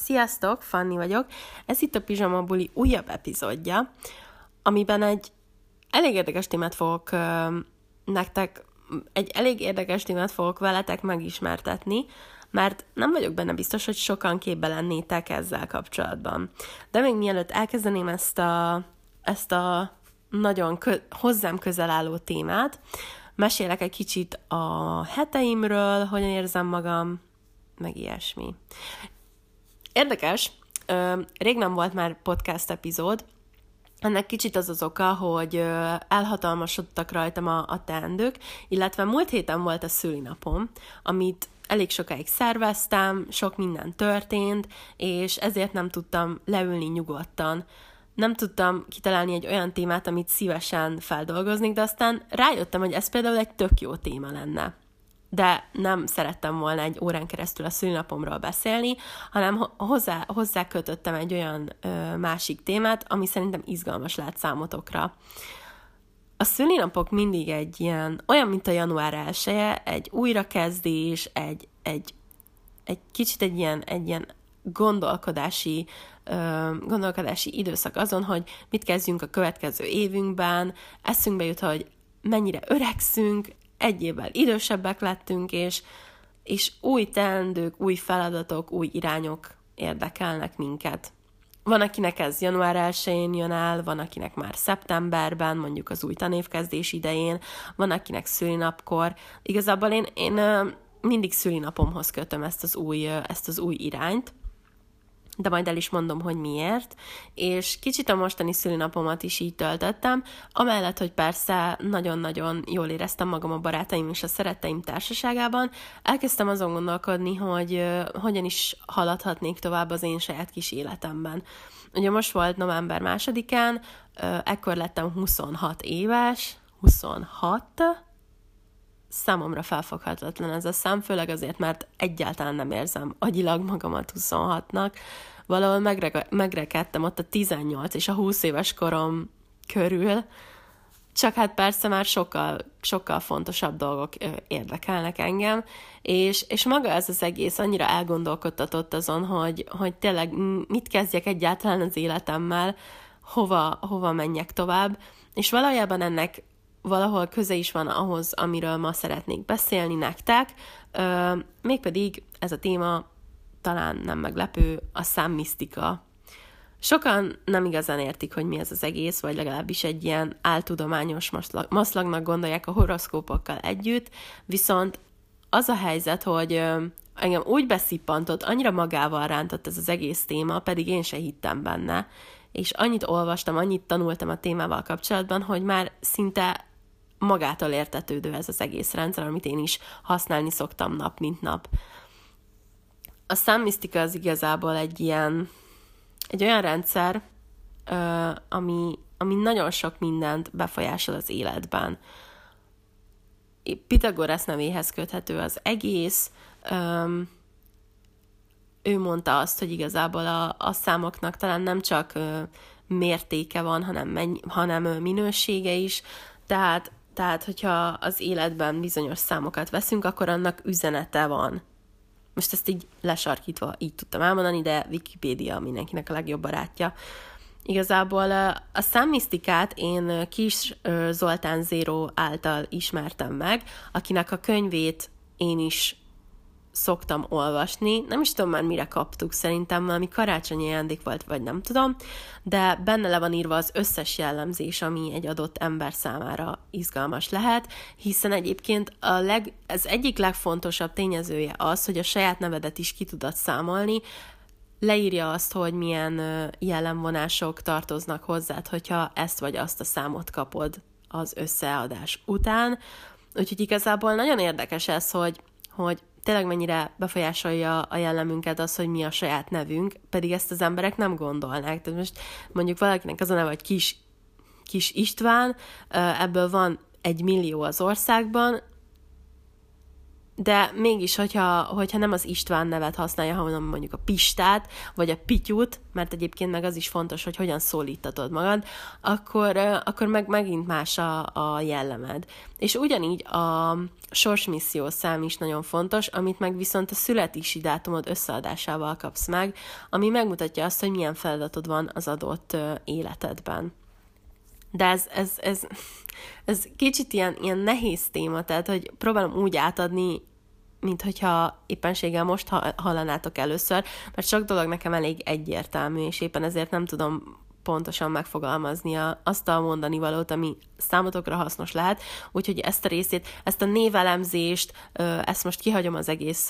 Sziasztok, Fanni vagyok. Ez itt a Pizsama Buli újabb epizódja, amiben egy elég érdekes témát fogok veletek megismertetni, mert nem vagyok benne biztos, hogy sokan képbe lennétek ezzel kapcsolatban. De még mielőtt elkezdeném ezt a nagyon hozzám közel álló témát, mesélek egy kicsit a heteimről, hogyan érzem magam, meg ilyesmi. Érdekes, rég nem volt már podcast epizód, ennek kicsit az oka, hogy elhatalmasodtak rajtam a teendők, illetve múlt héten volt a szülinapom, amit elég sokáig szerveztem, sok minden történt, és ezért nem tudtam leülni nyugodtan. Nem tudtam kitalálni egy olyan témát, amit szívesen feldolgoznék, de aztán rájöttem, hogy ez például egy tök jó téma lenne. De nem szerettem volna egy órán keresztül a szülinapomról beszélni, hanem hozzá kötöttem egy olyan másik témát, ami szerintem izgalmas lehet számotokra. A szülinapok mindig egy ilyen, olyan, mint a január 1-e, egy újrakezdés, egy kicsit egy ilyen gondolkodási időszak azon, hogy mit kezdjünk a következő évünkben, eszünkbe jut, hogy mennyire öregszünk, egy évvel idősebbek lettünk, és új teendők, új feladatok, új irányok érdekelnek minket. Van, akinek ez január 1-én jön el, van, akinek már szeptemberben, mondjuk az új tanévkezdés idején, van, akinek szülinapkor. Igazából én mindig szülinapomhoz kötöm ezt az új irányt, de majd el is mondom, hogy miért, és kicsit a mostani szülinapomat is így töltöttem, amellett, hogy persze nagyon-nagyon jól éreztem magam a barátaim és a szeretteim társaságában, elkezdtem azon gondolkodni, hogy hogyan is haladhatnék tovább az én saját kis életemben. Ugye most volt november 2-án, ekkor lettem 26 éves, 26, számomra felfoghatatlan ez a szám, főleg azért, mert egyáltalán nem érzem agyilag magamat 26-nak. Valahol megrekedtem ott a 18 és a 20 éves korom körül, csak hát persze már sokkal fontosabb dolgok érdekelnek engem, és maga ez az egész annyira elgondolkodtatott azon, hogy tényleg mit kezdjek egyáltalán az életemmel, hova menjek tovább, és valójában ennek valahol köze is van ahhoz, amiről ma szeretnék beszélni nektek, mégpedig ez a téma talán nem meglepő, a számmisztika. Sokan nem igazán értik, hogy mi ez az egész, vagy legalábbis egy ilyen áltudományos maszlagnak gondolják a horoszkópokkal együtt, viszont az a helyzet, hogy engem úgy beszippantott, annyira magával rántott ez az egész téma, pedig én se hittem benne, és annyit olvastam, annyit tanultam a témával kapcsolatban, hogy már szinte magától értetődő ez az egész rendszer, amit én is használni szoktam nap, mint nap. A számmisztika az igazából egy olyan rendszer, ami nagyon sok mindent befolyásol az életben. Pitagorasz nevéhez köthető az egész. Ő mondta azt, hogy igazából a számoknak talán nem csak mértéke van, hanem minősége is. Tehát, hogyha az életben bizonyos számokat veszünk, akkor annak üzenete van. Most ezt így lesarkítva így tudtam elmondani, de Wikipédia mindenkinek a legjobb barátja. Igazából a számmisztikát én Kis Zoltán Zéró által ismertem meg, akinek a könyvét én is szoktam olvasni. Nem is tudom már mire kaptuk, szerintem valami karácsonyi ajándék volt, vagy nem tudom, de benne le van írva az összes jellemzés, ami egy adott ember számára izgalmas lehet, hiszen egyébként az egyik legfontosabb tényezője az, hogy a saját nevedet is ki tudod számolni, leírja azt, hogy milyen jellemvonások tartoznak hozzád, hogyha ezt vagy azt a számot kapod az összeadás után. Úgyhogy igazából nagyon érdekes ez, hogy tényleg mennyire befolyásolja a jellemünket az, hogy mi a saját nevünk, pedig ezt az emberek nem gondolnák. Tehát most mondjuk valakinek az a neve, hogy Kis István, ebből van 1 millió az országban, de mégis, hogyha nem az István nevet használja, hanem mondjuk a Pistát, vagy a Pityut, mert egyébként meg az is fontos, hogy hogyan szólítatod magad, akkor meg megint más a jellemed. És ugyanígy a sorsmisszió szám is nagyon fontos, amit meg viszont a születési dátumod összeadásával kapsz meg, ami megmutatja azt, hogy milyen feladatod van az adott életedben. De ez kicsit ilyen nehéz téma, tehát hogy próbálom úgy átadni, mint hogyha éppenséggel most hallanátok először, mert sok dolog nekem elég egyértelmű, és éppen ezért nem tudom pontosan megfogalmazni azt a mondani valót, ami számotokra hasznos lehet, úgyhogy ezt a részét, ezt a névelemzést, ezt most kihagyom az egész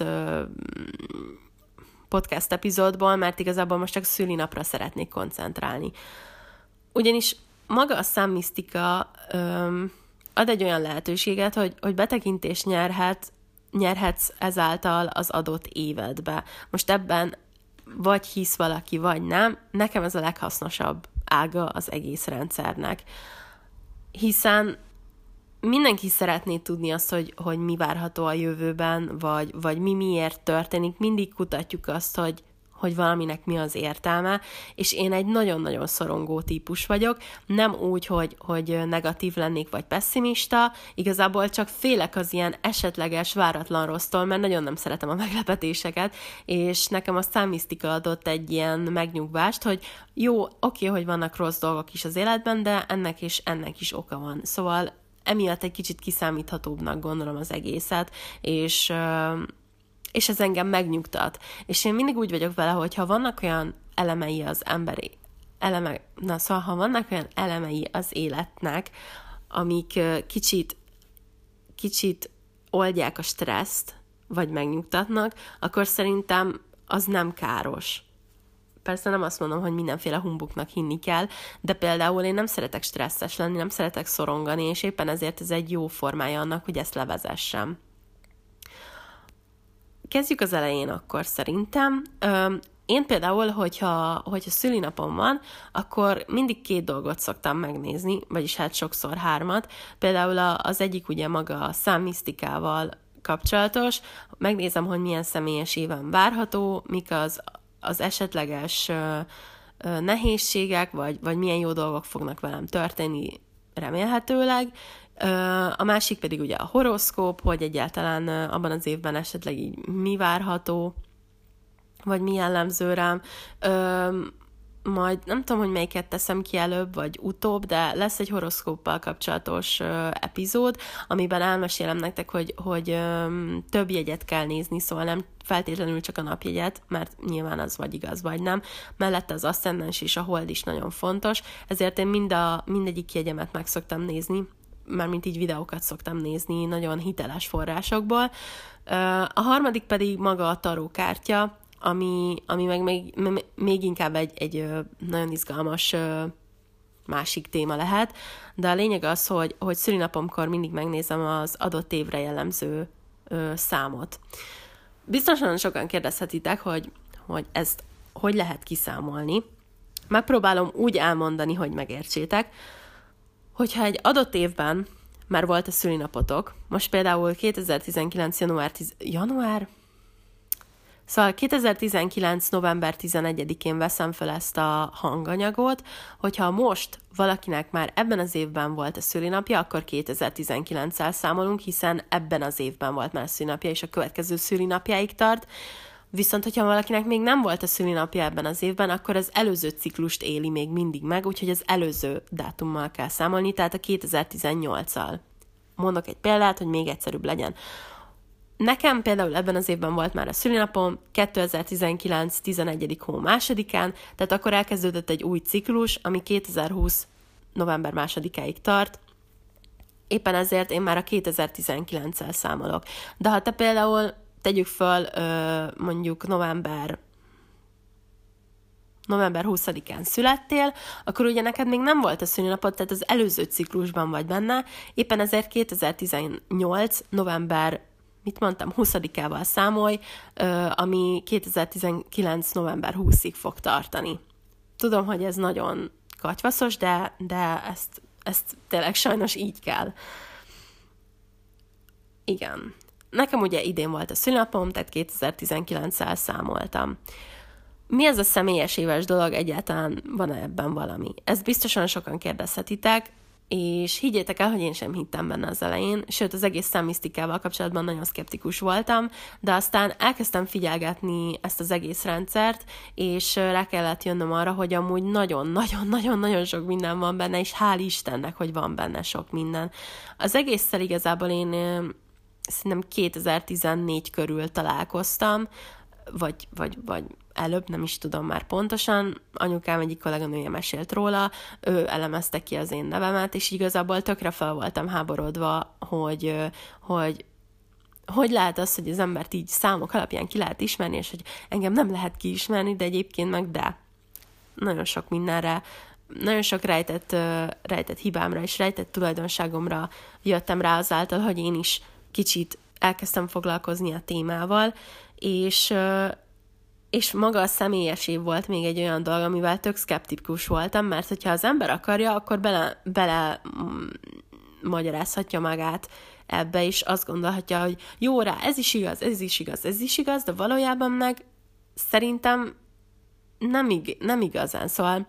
podcast epizódból, mert igazából most csak szülinapra szeretnék koncentrálni. Ugyanis maga a számmisztika ad egy olyan lehetőséget, hogy betekintést nyerhetsz ezáltal az adott évedbe. Most ebben vagy hisz valaki, vagy nem. Nekem ez a leghasznosabb ága az egész rendszernek. Hiszen mindenki szeretné tudni azt, hogy mi várható a jövőben, vagy mi miért történik. Mindig kutatjuk azt, hogy valaminek mi az értelme, és én egy nagyon-nagyon szorongó típus vagyok, nem úgy, hogy negatív lennék, vagy pessimista, igazából csak félek az ilyen esetleges, váratlan rossztól, mert nagyon nem szeretem a meglepetéseket, és nekem a számmisztika adott egy ilyen megnyugvást, hogy jó, oké, hogy vannak rossz dolgok is az életben, de ennek is oka van. Szóval emiatt egy kicsit kiszámíthatóbbnak gondolom az egészet, és ez engem megnyugtat. És én mindig úgy vagyok vele, hogy ha vannak olyan elemei az ha vannak olyan elemei az életnek, amik kicsit oldják a stresszt, vagy megnyugtatnak, akkor szerintem az nem káros. Persze nem azt mondom, hogy mindenféle humbuknak hinni kell, de például én nem szeretek stresszes lenni, nem szeretek szorongani, és éppen ezért ez egy jó formája annak, hogy ezt levezessem. Kezdjük az elején akkor szerintem. Én például, hogyha szülinapom van, akkor mindig 2 dolgot szoktam megnézni, vagyis hát sokszor 3. Például az egyik ugye maga a számmisztikával kapcsolatos, megnézem, hogy milyen személyes éven várható, mik az esetleges nehézségek, vagy milyen jó dolgok fognak velem történni remélhetőleg. A másik pedig ugye a horoszkóp, hogy egyáltalán abban az évben esetleg így mi várható, vagy mi jellemző rám. Majd nem tudom, hogy melyiket teszem ki előbb, vagy utóbb, de lesz egy horoszkóppal kapcsolatos epizód, amiben elmesélem nektek, hogy több jegyet kell nézni, szóval nem feltétlenül csak a napjegyet, mert nyilván az vagy igaz, vagy nem. Mellette az aszcendens és a hold is nagyon fontos, ezért én mindegyik jegyemet meg szoktam nézni, mármint így videókat szoktam nézni nagyon hiteles forrásokból. A harmadik pedig maga a tarókártya, ami meg még inkább egy nagyon izgalmas másik téma lehet, de a lényeg az, hogy szülinapomkor mindig megnézem az adott évre jellemző számot. Biztosan sokan kérdezhetitek, hogy ezt hogy lehet kiszámolni. Megpróbálom úgy elmondani, hogy megértsétek, hogyha egy adott évben már volt a szülinapotok, most például 2019. Szóval 2019. november 11-én veszem fel ezt a hanganyagot, hogyha most valakinek már ebben az évben volt a szülinapja, akkor 2019-el számolunk, hiszen ebben az évben volt már a szülinapja, és a következő szülinapjáig tart. Viszont, hogyha valakinek még nem volt a szülinapja ebben az évben, akkor az előző ciklust éli még mindig meg, úgyhogy az előző dátummal kell számolni, tehát a 2018-al. Mondok egy példát, hogy még egyszerűbb legyen. Nekem például ebben az évben volt már a szülinapom, 2019. 11. hó 2-án, tehát akkor elkezdődött egy új ciklus, ami 2020. november 2-áig tart, éppen ezért én már a 2019-el számolok. De ha te például tegyük föl mondjuk november 20-án születtél, akkor ugye neked még nem volt a szülinapod, tehát az előző ciklusban vagy benne, éppen ezért 2018. november 20-ával számolj, ami 2019. november 20-ig fog tartani. Tudom, hogy ez nagyon katyvaszos, de ezt tényleg sajnos így kell. Igen. nekem ugye idén volt a szülinapom, tehát 2019-szel számoltam. Mi ez a személyes éves dolog, egyáltalán van-e ebben valami? Ezt biztosan sokan kérdezhetitek, és higgyétek el, hogy én sem hittem benne az elején, sőt az egész szemmisztikával kapcsolatban nagyon szkeptikus voltam, de aztán elkezdtem figyelgetni ezt az egész rendszert, és rá kellett jönnöm arra, hogy amúgy nagyon-nagyon-nagyon sok minden van benne, és hál' Istennek, hogy van benne sok minden. Az egésszel igazából én szerintem 2014 körül találkoztam, vagy előbb, nem is tudom már pontosan, anyukám egyik kolléganője mesélt róla, ő elemezte ki az én nevemet, és igazából tökre fel voltam háborodva, hogy lehet az, hogy az embert így számok alapján ki lehet ismerni, és hogy engem nem lehet kiismerni, de egyébként meg de. Nagyon sok mindenre, nagyon sok rejtett hibámra és rejtett tulajdonságomra jöttem rá azáltal, hogy én is kicsit elkezdtem foglalkozni a témával, és maga a személyes év volt még egy olyan dolog, amivel tök szkeptikus voltam, mert hogyha az ember akarja, akkor bele magyarázhatja magát ebbe, és azt gondolhatja, hogy jó rá, ez is igaz, de valójában meg szerintem nem igazán. Szóval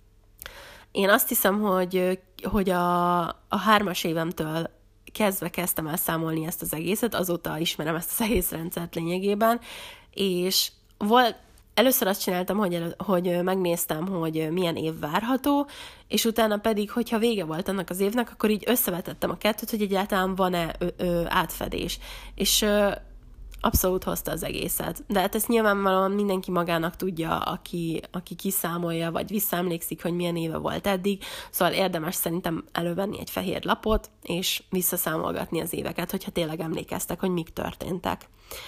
én azt hiszem, hogy a 3-as évemtől kezdtem el számolni ezt az egészet, azóta ismerem ezt az egész rendszert lényegében, és először azt csináltam, hogy megnéztem, hogy milyen év várható, és utána pedig, hogyha vége volt annak az évnek, akkor így összevetettem a kettőt, hogy egyáltalán van-e átfedés. És abszolút hozta az egészet. De hát ezt nyilvánvalóan mindenki magának tudja, aki kiszámolja, vagy visszaemlékszik, hogy milyen éve volt eddig. Szóval érdemes szerintem elővenni egy fehér lapot, és visszaszámolgatni az éveket, hogyha tényleg emlékeztek, hogy mik történtek.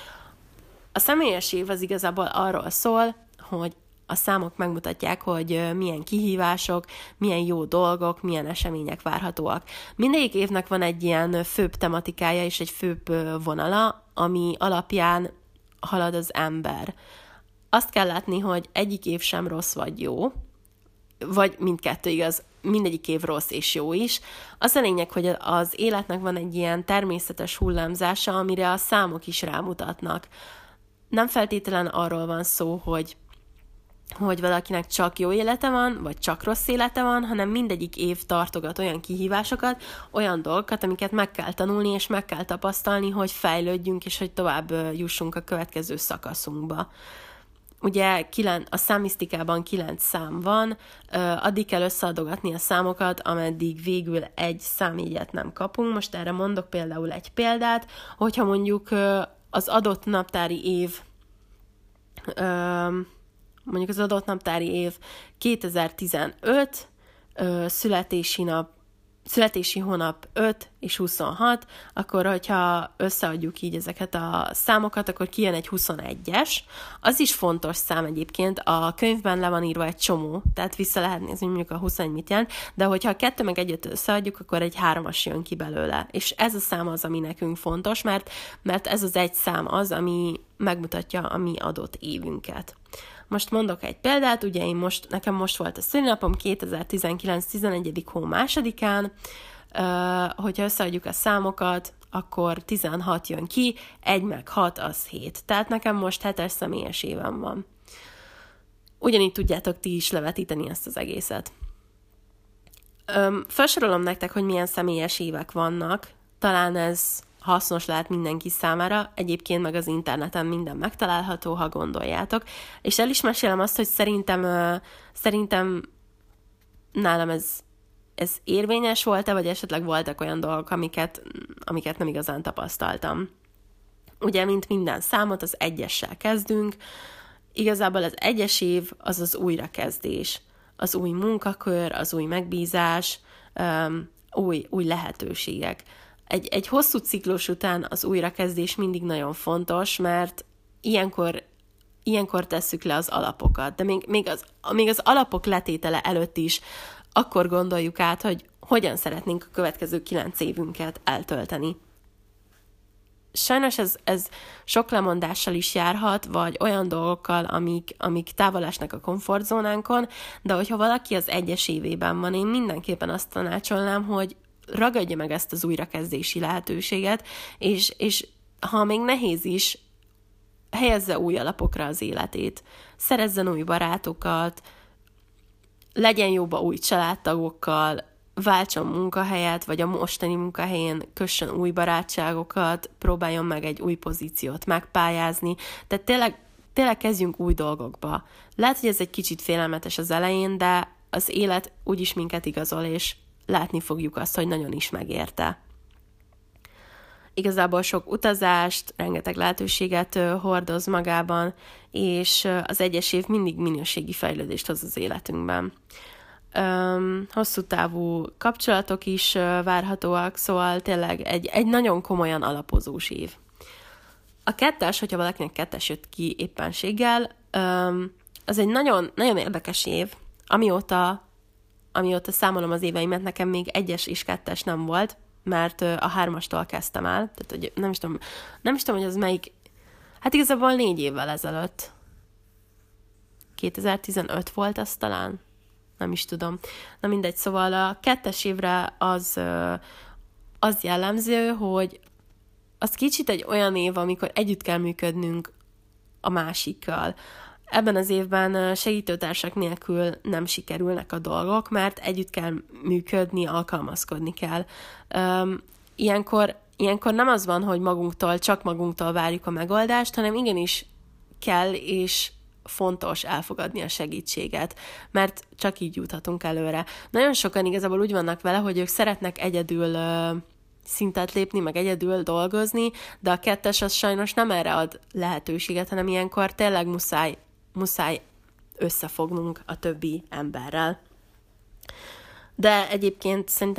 A személyes év az igazából arról szól, hogy a számok megmutatják, hogy milyen kihívások, milyen jó dolgok, milyen események várhatóak. Mindegyik évnek van egy ilyen főbb tematikája és egy főbb vonala, ami alapján halad az ember. Azt kell látni, hogy egyik év sem rossz vagy jó, vagy mindkettő igaz, mindegyik év rossz és jó is. Az a lényeg, hogy az életnek van egy ilyen természetes hullámzása, amire a számok is rámutatnak. Nem feltétlen arról van szó, hogy valakinek csak jó élete van, vagy csak rossz élete van, hanem mindegyik év tartogat olyan kihívásokat, olyan dolgokat, amiket meg kell tanulni, és meg kell tapasztalni, hogy fejlődjünk, és hogy tovább jussunk a következő szakaszunkba. Ugye a számmisztikában 9 szám van, addig kell összeadogatni a számokat, ameddig végül egy számjegyet nem kapunk. Most erre mondok például egy példát, hogyha mondjuk az adott naptári év 2015, születési hónap 5 és 26, akkor, hogyha összeadjuk így ezeket a számokat, akkor kijön egy 21-es. Az is fontos szám egyébként, a könyvben le van írva egy csomó, tehát vissza lehet nézni, mondjuk a 21 mit jelent, de hogyha a 2 meg 1-öt összeadjuk, akkor egy 3-as jön ki belőle. És ez a szám az, ami nekünk fontos, mert ez az egy szám az, ami megmutatja a mi adott évünket. Most mondok egy példát, ugye nekem most volt a szülinapom 2019. 11. hó 2-án, hogyha összeadjuk a számokat, akkor 16 jön ki, 1 meg 6 az 7. Tehát nekem most 7-es személyes évem van. Ugyanígy tudjátok ti is levetíteni ezt az egészet. Felsorolom nektek, hogy milyen személyes évek vannak, talán ez hasznos lehet mindenki számára, egyébként meg az interneten minden megtalálható, ha gondoljátok. És el is mesélem azt, hogy szerintem nálam ez érvényes volt-e, vagy esetleg voltak olyan dolgok, amiket nem igazán tapasztaltam. Ugye, mint minden számot, az 1-essel kezdünk. Igazából az 1-es év az az újrakezdés. Az új munkakör, az új megbízás, új lehetőségek. Egy hosszú ciklus után az újrakezdés mindig nagyon fontos, mert ilyenkor tesszük le az alapokat. De még az alapok letétele előtt is akkor gondoljuk át, hogy hogyan szeretnénk a következő 9 évünket eltölteni. Sajnos ez sok lemondással is járhat, vagy olyan dolgokkal, amik távol esnek a komfortzónánkon, de hogyha valaki az 1-es évében van, én mindenképpen azt tanácsolnám, hogy ragadja meg ezt az újrakezdési lehetőséget, és ha még nehéz is, helyezze új alapokra az életét. Szerezzen új barátokat, legyen jóba új családtagokkal, váltson munkahelyet, vagy a mostani munkahelyén kössön új barátságokat, próbáljon meg egy új pozíciót megpályázni. Tehát tényleg kezdjünk új dolgokba. Lehet, hogy ez egy kicsit félelmetes az elején, de az élet úgyis minket igazol, és látni fogjuk azt, hogy nagyon is megérte. Igazából sok utazást, rengeteg lehetőséget hordoz magában, és az egyes év mindig minőségi fejlődést hoz az életünkben. Hosszú távú kapcsolatok is várhatóak, szóval tényleg egy nagyon komolyan alapozós év. A 2-es, hogyha valakinek 2-es jött ki éppenséggel, az egy nagyon, nagyon érdekes év, amióta számolom az éveimet, nekem még 1-es és 2-es nem volt, mert a 3-astól kezdtem el, tehát hogy nem is tudom, hogy az melyik, hát igazából 4 évvel ezelőtt. 2015 volt az talán? Nem is tudom. Na mindegy, szóval a 2-es évre az jellemző, hogy az kicsit egy olyan év, amikor együtt kell működnünk a másikkal. Ebben az évben segítőtársak nélkül nem sikerülnek a dolgok, mert együtt kell működni, alkalmazkodni kell. Ilyenkor nem az van, hogy csak magunktól várjuk a megoldást, hanem igenis kell és fontos elfogadni a segítséget, mert csak így juthatunk előre. Nagyon sokan igazából úgy vannak vele, hogy ők szeretnek egyedül szintet lépni, meg egyedül dolgozni, de a 2-es az sajnos nem erre ad lehetőséget, hanem ilyenkor tényleg muszáj összefognunk a többi emberrel. De egyébként szerintem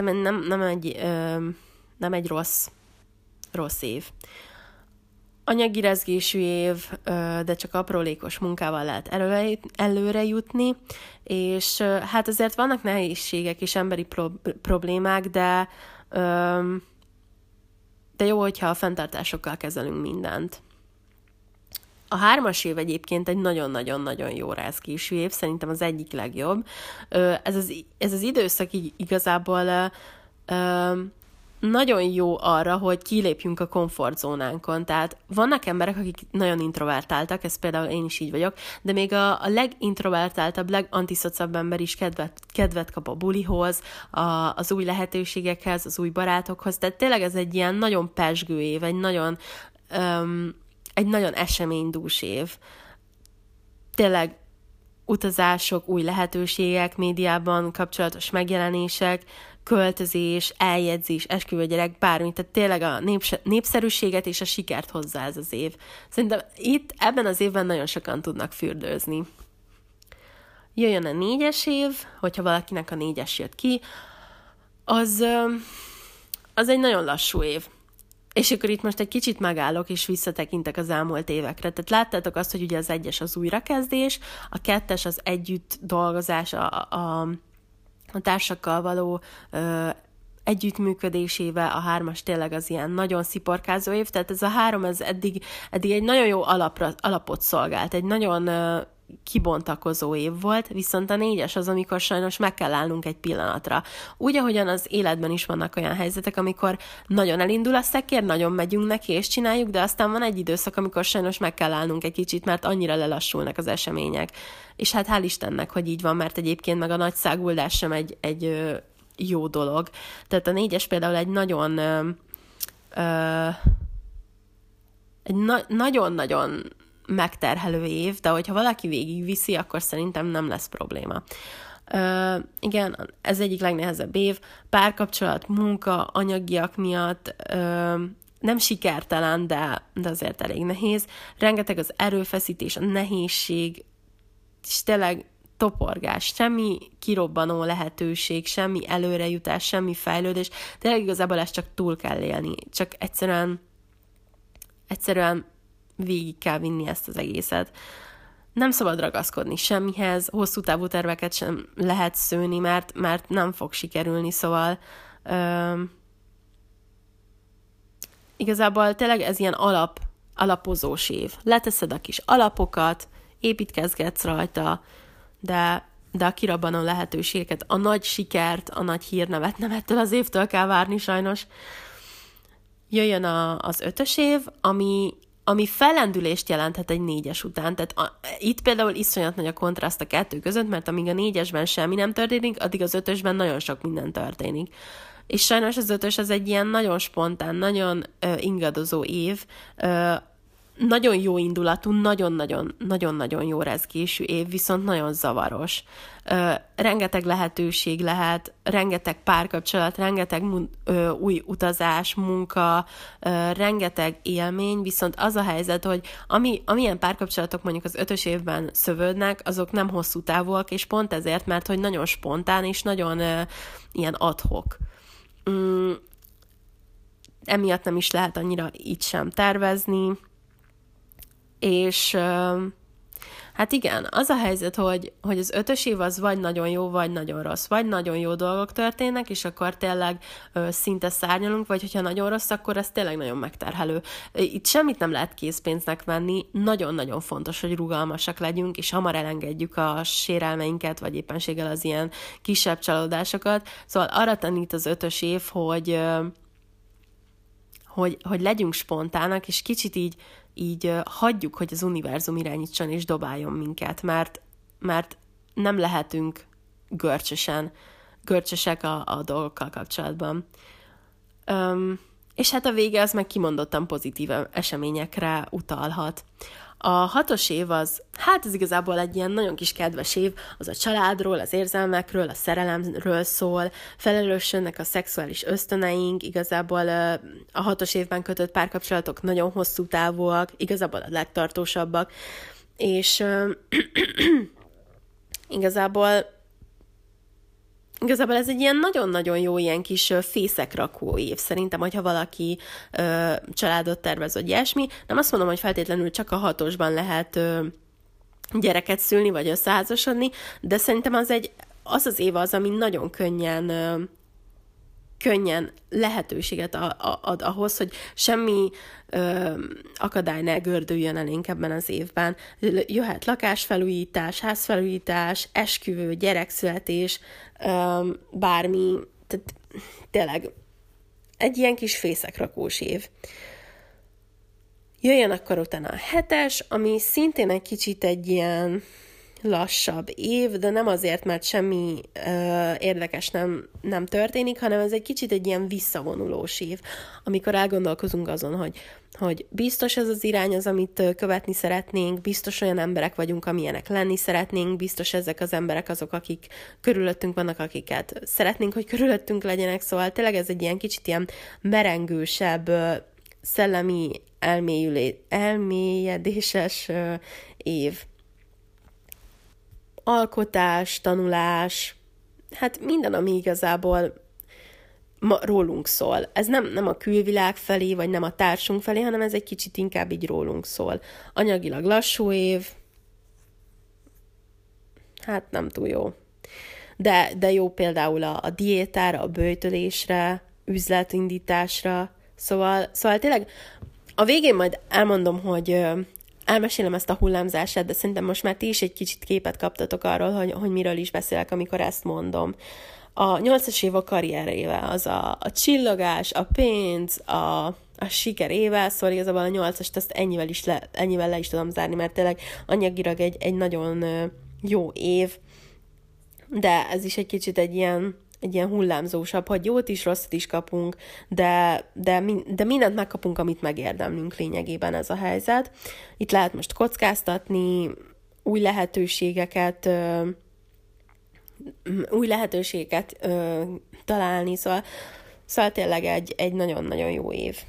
nem egy rossz év. Anyagi rezgésű év, de csak aprólékos munkával lehet előre jutni, és hát azért vannak nehézségek és emberi problémák, de jó, hogyha a fenntartásokkal kezelünk mindent. A 3-as év egyébként egy nagyon-nagyon-nagyon jó rezgésű év, szerintem az egyik legjobb. Ez az időszak igazából nagyon jó arra, hogy kilépjünk a komfortzónánkon. Tehát vannak emberek, akik nagyon introvertáltak, ez például én is így vagyok, de még a legintrovertáltabb, legantiszociabb ember is kedvet kap a bulihoz, az új lehetőségekhez, az új barátokhoz. Tehát tényleg ez egy ilyen nagyon pezsgő év, egy nagyon eseménydús év. Tényleg utazások, új lehetőségek, médiában kapcsolatos megjelenések, költözés, eljegyzés, esküvőgyerek, bármi, tehát tényleg a népszerűséget és a sikert hozzá ez az év. Szerintem ebben az évben nagyon sokan tudnak fürdőzni. Jöjjön a 4-es év, hogyha valakinek a 4-es jött ki, az egy nagyon lassú év. És akkor itt most egy kicsit megállok, és visszatekintek az elmúlt évekre. Tehát láttátok azt, hogy ugye az 1-es az újrakezdés, a 2-es az együtt dolgozás, a társakkal való együttműködésével, a 3-as tényleg az ilyen nagyon sziporkázó év, tehát ez a 3 ez eddig egy nagyon jó alapot szolgált, egy nagyon kibontakozó év volt, viszont a 4-es az, amikor sajnos meg kell állnunk egy pillanatra. Úgy, ahogyan az életben is vannak olyan helyzetek, amikor nagyon elindul a szekér, nagyon megyünk neki és csináljuk, de aztán van egy időszak, amikor sajnos meg kell állnunk egy kicsit, mert annyira lelassulnak az események. És hát hál' Istennek, hogy így van, mert egyébként meg a nagy száguldás sem egy jó dolog. Tehát a 4-es például egy nagyon megterhelő év, de hogyha valaki végigviszi, akkor szerintem nem lesz probléma. Igen, ez egyik legnehezebb év. Párkapcsolat, munka, anyagiak miatt nem sikertelen, de azért elég nehéz. Rengeteg az erőfeszítés, a nehézség, és tényleg toporgás, semmi kirobbanó lehetőség, semmi előrejutás, semmi fejlődés. Tényleg igazából ezt csak túl kell élni. Csak egyszerűen végig kell vinni ezt az egészet. Nem szabad ragaszkodni semmihez, hosszú távú terveket sem lehet szőni, mert nem fog sikerülni, szóval igazából tényleg ez ilyen alapozós év. Leteszed a kis alapokat, építkezgetsz rajta, de a kirabbanó lehetőségeket, a nagy sikert, a nagy hírnevet nem ettől az évtől kell várni sajnos. jöjjön az 5-ös év, ami fellendülést jelenthet egy 4-es után. Tehát itt például iszonyat nagy a kontraszt a kettő között, mert amíg a 4-esben semmi nem történik, addig az 5-ösben nagyon sok minden történik. És sajnos az 5-ös az egy ilyen nagyon spontán, nagyon ingadozó év, nagyon jó indulatú, nagyon-nagyon jó rezgésű év, viszont nagyon zavaros. Rengeteg lehetőség lehet, rengeteg párkapcsolat, rengeteg új utazás, munka, rengeteg élmény, viszont az a helyzet, hogy amilyen párkapcsolatok mondjuk az 5-ös évben szövődnek, azok nem hosszú távúak, és pont ezért, mert hogy nagyon spontán és nagyon ilyen ad-hoc. Emiatt nem is lehet annyira így sem tervezni, és hát igen, az a helyzet, hogy az 5-ös év az vagy nagyon jó, vagy nagyon rossz, vagy nagyon jó dolgok történnek, és akkor tényleg szinte szárnyalunk, vagy hogyha nagyon rossz, akkor ez tényleg nagyon megterhelő. Itt semmit nem lehet készpénznek venni, nagyon-nagyon fontos, hogy rugalmasak legyünk, és hamar elengedjük a sérelmeinket, vagy éppenséggel az ilyen kisebb csalódásokat. Szóval arra tanít az 5-ös év, hogy legyünk spontának, és kicsit így hagyjuk, hogy az univerzum irányítson és dobáljon minket, mert nem lehetünk görcsösek a dolgokkal kapcsolatban. És hát a vége az meg kimondottan pozitív eseményekre utalhat. A 6-os év az igazából egy ilyen nagyon kis kedves év, az a családról, az érzelmekről, a szerelemről szól, felelősönnek a szexuális ösztöneink, igazából a 6-os évben kötött párkapcsolatok nagyon hosszú távúak, igazából a legtartósabbak, és igazából ez egy ilyen nagyon-nagyon jó ilyen kis fészekrakó év. Szerintem, hogyha valaki családot tervez, vagy ilyesmi, nem azt mondom, hogy feltétlenül csak a 6-osban lehet gyereket szülni, vagy összeházasodni, de szerintem az év az, ami nagyon könnyen lehetőséget ad ahhoz, hogy semmi akadály ne gördüljön elénk ebben az évben. Jöhet lakásfelújítás, házfelújítás, esküvő, gyerekszületés, bármi, tehát tényleg egy ilyen kis fészekrakós év. Jöjjön akkor utána a 7-es, ami szintén egy kicsit egy ilyen lassabb év, de nem azért, mert semmi érdekes nem történik, hanem ez egy kicsit egy ilyen visszavonulós év, amikor elgondolkozunk azon, hogy biztos ez az irány az, amit követni szeretnénk, biztos olyan emberek vagyunk, amilyenek lenni szeretnénk, biztos ezek az emberek azok, akik körülöttünk vannak, akiket szeretnénk, hogy körülöttünk legyenek, szóval tényleg ez egy ilyen kicsit ilyen merengősebb, szellemi elmélyedéses év. Alkotás, tanulás, hát minden, ami igazából rólunk szól. Ez nem a külvilág felé, vagy nem a társunk felé, hanem ez egy kicsit inkább így rólunk szól. Anyagilag lassú év, hát nem túl jó. De jó például a diétára, a böjtölésre, üzletindításra, szóval tényleg a végén majd elmondom, hogy elmesélem ezt a hullámzását, de szerintem most már ti is egy kicsit képet kaptatok arról, hogy miről is beszélek, amikor ezt mondom. A 8-as év a karrierével, az a csillogás, a pénz, a siker éve, szóval igazából a 8-ast azt ennyivel le is tudom zárni, mert tényleg anyagilag egy nagyon jó év, de ez is egy kicsit egy ilyen hullámzósabb, hogy jót is, rosszat is kapunk, de mindent megkapunk, amit megérdemlünk lényegében ez a helyzet. Itt lehet most kockáztatni, új lehetőségeket találni, szóval tényleg egy nagyon-nagyon jó év.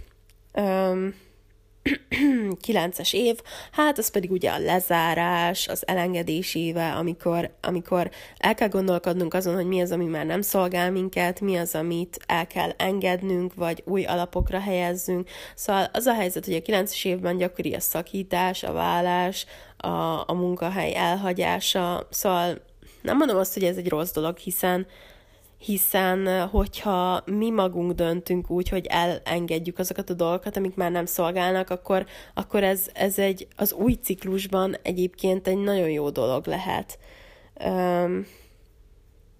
9-es év, hát az pedig ugye a lezárás, az elengedés éve, amikor el kell gondolkodnunk azon, hogy mi az, ami már nem szolgál minket, mi az, amit el kell engednünk, vagy új alapokra helyezzünk. Szóval az a helyzet, hogy a 9-es évben gyakori a szakítás, a válás, a munkahely elhagyása, szóval nem mondom azt, hogy ez egy rossz dolog, hiszen hogyha mi magunk döntünk úgy, hogy elengedjük azokat a dolgokat, amik már nem szolgálnak, akkor ez az új ciklusban egyébként egy nagyon jó dolog lehet.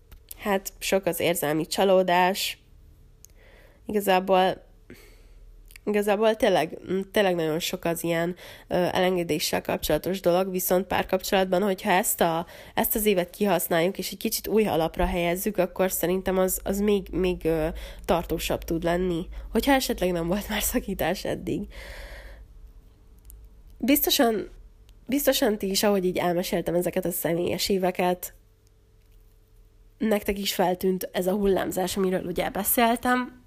Hát sok az érzelmi csalódás. Igazából Igazából tényleg nagyon sok az ilyen elengedéssel kapcsolatos dolog, viszont párkapcsolatban, hogyha ezt az évet kihasználjuk, és egy kicsit új alapra helyezzük, akkor szerintem az még tartósabb tud lenni, hogyha esetleg nem volt már szakítás eddig. Biztosan ti is, ahogy így elmeséltem ezeket a személyes éveket, nektek is feltűnt ez a hullámzás, amiről ugye beszéltem,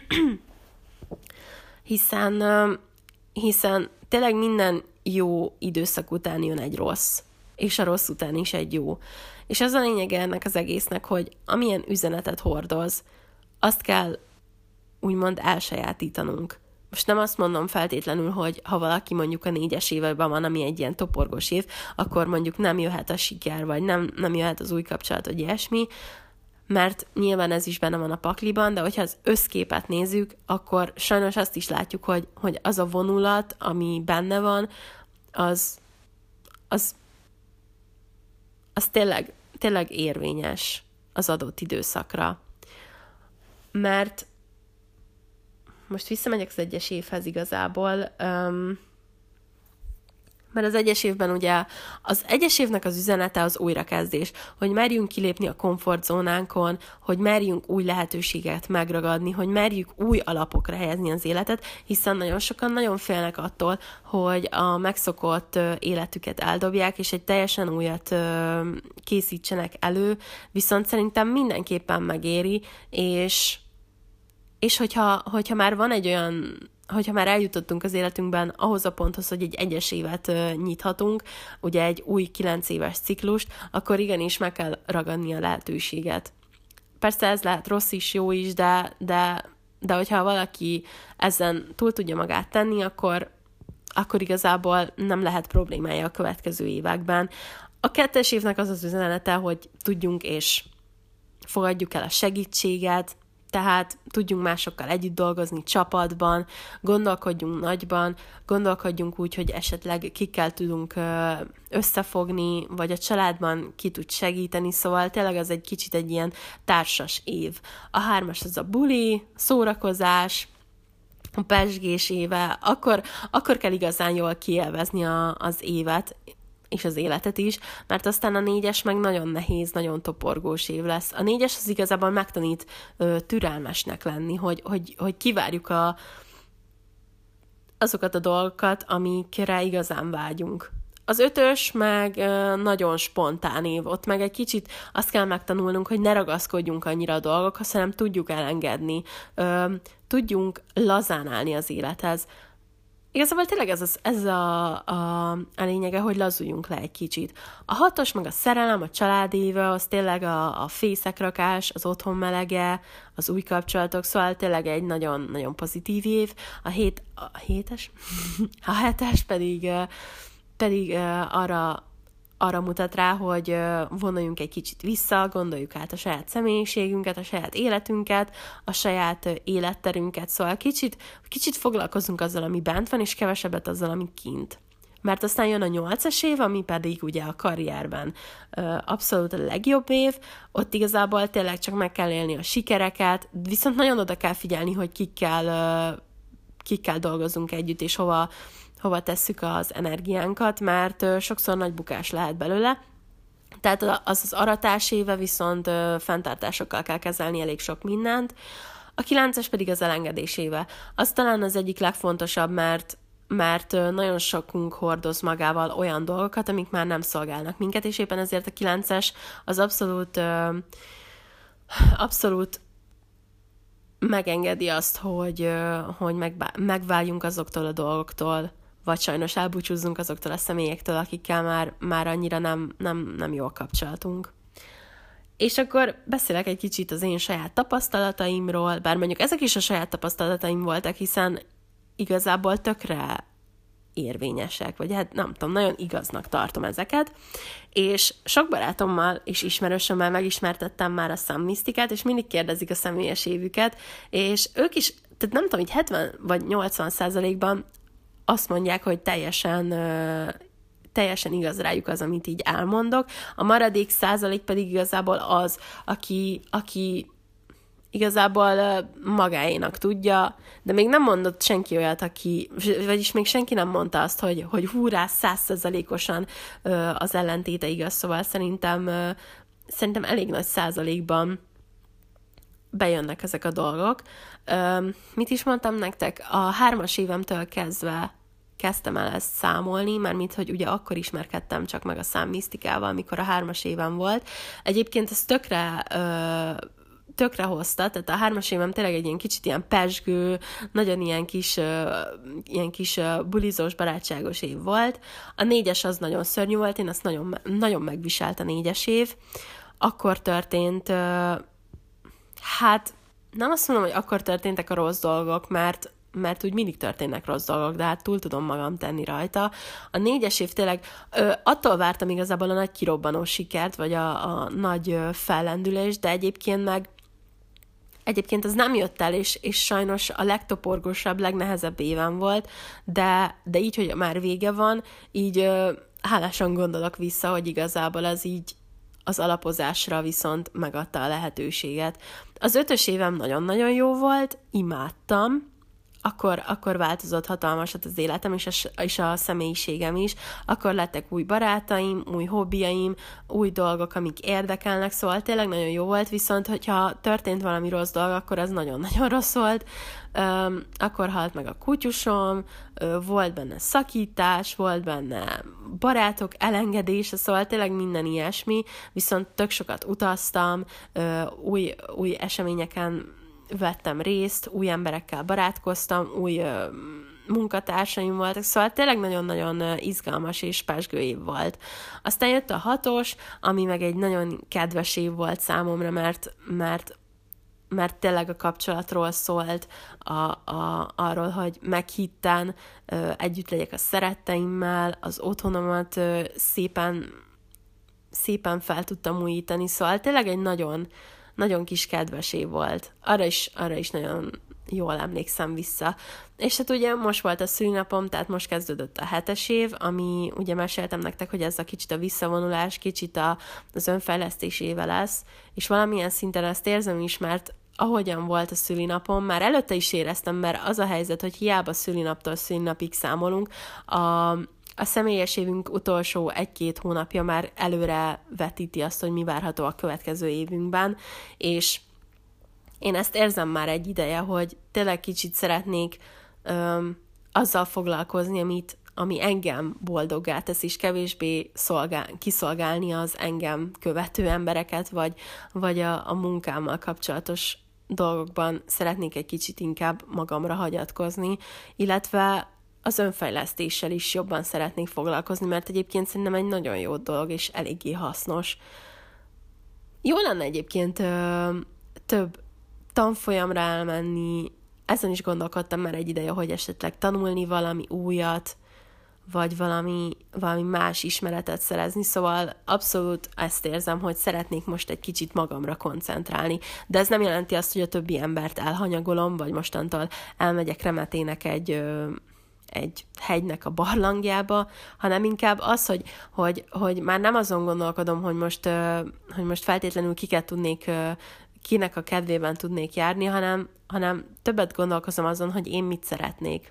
hiszen tényleg minden jó időszak után jön egy rossz, és a rossz után is egy jó. És az a lényege ennek az egésznek, hogy amilyen üzenetet hordoz, azt kell úgymond elsajátítanunk. Most nem azt mondom feltétlenül, hogy ha valaki mondjuk a 4-es évben van, ami egy ilyen toporgós év, akkor mondjuk nem jöhet a siker, vagy nem jöhet az új kapcsolat, vagy ilyesmi, mert nyilván ez is benne van a pakliban, de hogyha az összképet nézzük, akkor sajnos azt is látjuk, hogy az a vonulat, ami benne van, az tényleg érvényes az adott időszakra. Mert most visszamegyek az 1-es évhez igazából, mert az 1-es évben ugye az 1-es évnek az üzenete az újrakezdés, hogy merjünk kilépni a komfortzónánkon, hogy merjünk új lehetőséget megragadni, hogy merjük új alapokra helyezni az életet, hiszen nagyon sokan nagyon félnek attól, hogy a megszokott életüket eldobják, és egy teljesen újat készítsenek elő, viszont szerintem mindenképpen megéri, és hogyha már van egy olyan, hogyha már eljutottunk az életünkben ahhoz a ponthoz, hogy egy 1-es évet nyithatunk, ugye egy új 9 éves ciklust, akkor igenis meg kell ragadni a lehetőséget. Persze ez lehet rossz is, jó is, de hogyha valaki ezen túl tudja magát tenni, akkor igazából nem lehet problémája a következő években. A 2-es évnek az az üzenete, hogy tudjunk és fogadjuk el a segítséget, tehát tudjunk másokkal együtt dolgozni csapatban, gondolkodjunk nagyban, gondolkodjunk úgy, hogy esetleg kikkel tudunk összefogni, vagy a családban ki tud segíteni, szóval tényleg az egy kicsit egy ilyen társas év. A 3-as az a buli, szórakozás, a pezsgés éve, akkor kell igazán jól kielvezni az évet, és az életet is, mert aztán a 4-es meg nagyon nehéz, nagyon toporgós év lesz. A 4-es az igazából megtanít türelmesnek lenni, hogy kivárjuk azokat a dolgokat, amikre igazán vágyunk. Az 5-ös meg nagyon spontán év, ott meg egy kicsit azt kell megtanulnunk, hogy ne ragaszkodjunk annyira a dolgokhoz, hanem tudjuk elengedni, tudjunk lazán állni az élethez. Igazából tényleg ez a lényege, hogy lazuljunk le egy kicsit. A 6-os meg a szerelem, a családéve, az tényleg a fészekrakás, az otthon melege, az új kapcsolatok, szóval tényleg egy nagyon-nagyon pozitív év. A 7-es? A 7-es pedig arra mutat rá, hogy vonuljunk egy kicsit vissza, gondoljuk át a saját személyiségünket, a saját életünket, a saját életterünket, szóval kicsit foglalkozunk azzal, ami bent van, és kevesebbet azzal, ami kint. Mert aztán jön a 8-as év, ami pedig ugye a karrierben abszolút a legjobb év, ott igazából tényleg csak meg kell élni a sikereket, viszont nagyon oda kell figyelni, hogy kikkel dolgozunk együtt, és hova tesszük az energiánkat, mert sokszor nagy bukás lehet belőle. Tehát az aratás éve viszont fenntartásokkal kell kezelni elég sok mindent. A 9-es pedig az elengedés éve. Az talán az egyik legfontosabb, mert nagyon sokunk hordoz magával olyan dolgokat, amik már nem szolgálnak minket, és éppen ezért a 9-es az abszolút megengedi azt, hogy megváljunk azoktól a dolgoktól, vagy sajnos elbúcsúzzunk azoktól a személyektől, akikkel már annyira nem jó a kapcsolatunk. És akkor beszélek egy kicsit az én saját tapasztalataimról, bár mondjuk ezek is a saját tapasztalataim voltak, hiszen igazából tökre érvényesek, vagy hát nem tudom, nagyon igaznak tartom ezeket, és sok barátommal és ismerősömmel megismertettem már a szammisztikát, és mindig kérdezik a személyes évüket, és ők is, tehát nem tudom, így 70 vagy 80%-ban azt mondják, hogy teljesen igaz rájuk az, amit így elmondok. A maradék százalék pedig igazából az, aki igazából magáénak tudja, de még nem mondott senki olyat, vagyis még senki nem mondta azt, hogy húrá, 100%-osan az ellentéte igaz, szóval szerintem elég nagy százalékban bejönnek ezek a dolgok. Mit is mondtam nektek? A 3. évemtől kezdtem el ezt számolni, mármint, hogy ugye akkor ismerkedtem csak meg a számmisztikával, amikor a 3. évem volt. Egyébként ez tökre hozta, tehát a 3. évem tényleg egy ilyen kicsit ilyen pezsgő, nagyon ilyen kis bulizós, barátságos év volt. A 4. az nagyon szörnyű volt, én azt nagyon, nagyon megviselt a 4. év. Akkor történt, hát nem azt mondom, hogy akkor történtek a rossz dolgok, mert úgy mindig történnek rossz dolgok, de hát túl tudom magam tenni rajta. A 4. év tényleg, attól vártam igazából a nagy kirobbanó sikert, vagy a nagy fellendülést, de egyébként ez nem jött el, és sajnos a legtoporgósabb, legnehezebb évem volt, de így, hogy már vége van, így hálásan gondolok vissza, hogy igazából ez így az alapozásra viszont megadta a lehetőséget. Az 5. évem nagyon-nagyon jó volt, imádtam, akkor változott hatalmasat az életem, és a személyiségem is. Akkor lettek új barátaim, új hobbiaim, új dolgok, amik érdekelnek, szóval tényleg nagyon jó volt, viszont hogyha történt valami rossz dolog, akkor ez nagyon-nagyon rossz volt. Akkor halt meg a kutyusom, volt benne szakítás, volt benne barátok elengedése, szóval tényleg minden ilyesmi, viszont tök sokat utaztam, új eseményeken vettem részt, új emberekkel barátkoztam, új munkatársaim voltak, szóval tényleg nagyon-nagyon izgalmas és pezsgő év volt. Aztán jött a 6. ami meg egy nagyon kedves év volt számomra, mert tényleg a kapcsolatról szólt, arról, hogy meghitten együtt legyek a szeretteimmel, az otthonomat szépen fel tudtam újítani, szóval tényleg egy nagyon nagyon kis kedves év volt. Arra is nagyon jól emlékszem vissza. És hát ugye most volt a szülinapom, tehát most kezdődött a 7. év, ami ugye meséltem nektek, hogy ez a kicsit a visszavonulás, kicsit az önfejlesztés éve lesz, és valamilyen szinten ezt érzem is, mert ahogyan volt a szülinapom, már előtte is éreztem, mert az a helyzet, hogy hiába szülinaptól szülinapig számolunk, a személyes évünk utolsó 1-2 hónapja már előre vetíti azt, hogy mi várható a következő évünkben, és én ezt érzem már egy ideje, hogy tényleg kicsit szeretnék azzal foglalkozni, ami engem boldoggá tesz, és kevésbé kiszolgálni az engem követő embereket, vagy a munkámmal kapcsolatos dolgokban szeretnék egy kicsit inkább magamra hagyatkozni, illetve az önfejlesztéssel is jobban szeretnék foglalkozni, mert egyébként szerintem egy nagyon jó dolog, és eléggé hasznos. Jó lenne egyébként több tanfolyamra elmenni, ezen is gondolkodtam már egy ideje, hogy esetleg tanulni valami újat, vagy valami más ismeretet szerezni, szóval abszolút ezt érzem, hogy szeretnék most egy kicsit magamra koncentrálni, de ez nem jelenti azt, hogy a többi embert elhanyagolom, vagy mostantól elmegyek remetének egy hegynek a barlangjába, hanem inkább az, hogy már nem azon gondolkodom, hogy most feltétlenül kinek a kedvében tudnék járni, hanem többet gondolkozom azon, hogy én mit szeretnék.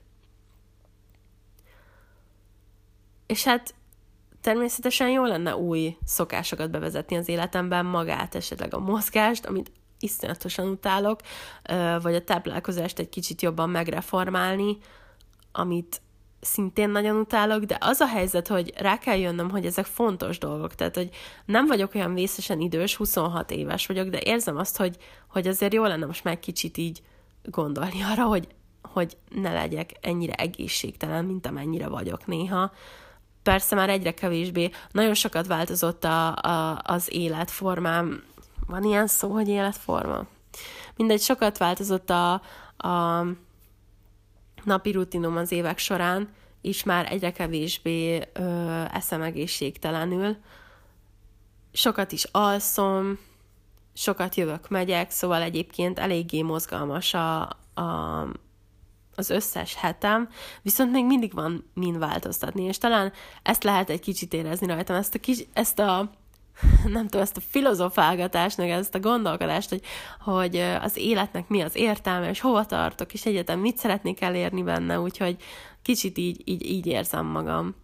És hát természetesen jó lenne új szokásokat bevezetni az életemben, magát, esetleg a mozgást, amit iszonyatosan utálok, vagy a táplálkozást egy kicsit jobban megreformálni, amit szintén nagyon utálok, de az a helyzet, hogy rá kell jönnöm, hogy ezek fontos dolgok, tehát, hogy nem vagyok olyan vészesen idős, 26 éves vagyok, de érzem azt, hogy azért jó lenne most már kicsit így gondolni arra, hogy ne legyek ennyire egészségtelen, mint amennyire vagyok néha. Persze már egyre kevésbé, nagyon sokat változott az életformám. Van ilyen szó, hogy életforma? Mindegy, sokat változott a napi rutinom az évek során, és már egyre kevésbé eszem egészségtelenül. Sokat is alszom, sokat jövök-megyek, szóval egyébként eléggé mozgalmas az összes hetem, viszont még mindig van min változtatni, és talán ezt lehet egy kicsit érezni rajtam, ezt a nem tudom, ezt a filozofálgatást, meg ezt a gondolkodást, hogy az életnek mi az értelme, és hova tartok, és egyetem mit szeretnék elérni benne, úgyhogy kicsit így érzem magam.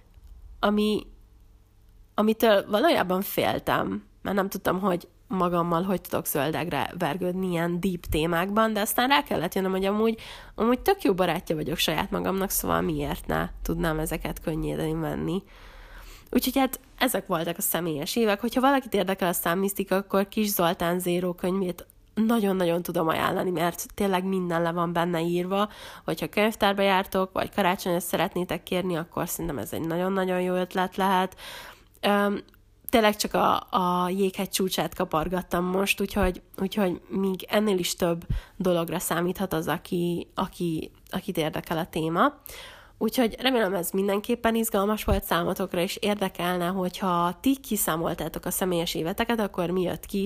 Amitől valójában féltem, mert nem tudtam, hogy magammal hogy tudok zöldegre vergődni ilyen deep témákban, de aztán rá kellett jönnöm, hogy amúgy tök jó barátja vagyok saját magamnak, szóval miért ne tudnám ezeket könnyedén venni. Úgyhogy hát ezek voltak a személyes évek. Hogyha valakit érdekel a számmisztika, akkor Kis Zoltán Zéró könyvét nagyon-nagyon tudom ajánlani, mert tényleg minden le van benne írva, hogyha könyvtárba jártok, vagy karácsonyra szeretnétek kérni, akkor szerintem ez egy nagyon-nagyon jó ötlet lehet. Tényleg csak a jéghegy csúcsát kapargattam most, úgyhogy még ennél is több dologra számíthat az, akit érdekel a téma. Úgyhogy remélem ez mindenképpen izgalmas volt számotokra, és érdekelne, hogyha ti kiszámoltátok a személyes éveteket, akkor mi jött ki,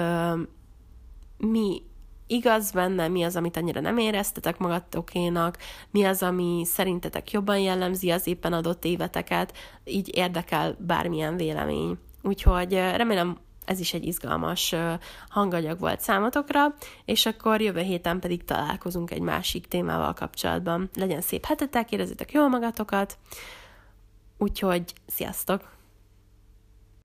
mi igaz benne, mi az, amit annyira nem éreztetek magatokénak, mi az, ami szerintetek jobban jellemzi az éppen adott éveteket, így érdekel bármilyen vélemény. Úgyhogy remélem ez is egy izgalmas hanganyag volt számotokra, és akkor jövő héten pedig találkozunk egy másik témával kapcsolatban. Legyen szép hetetek, érezzétek jól magatokat, úgyhogy sziasztok!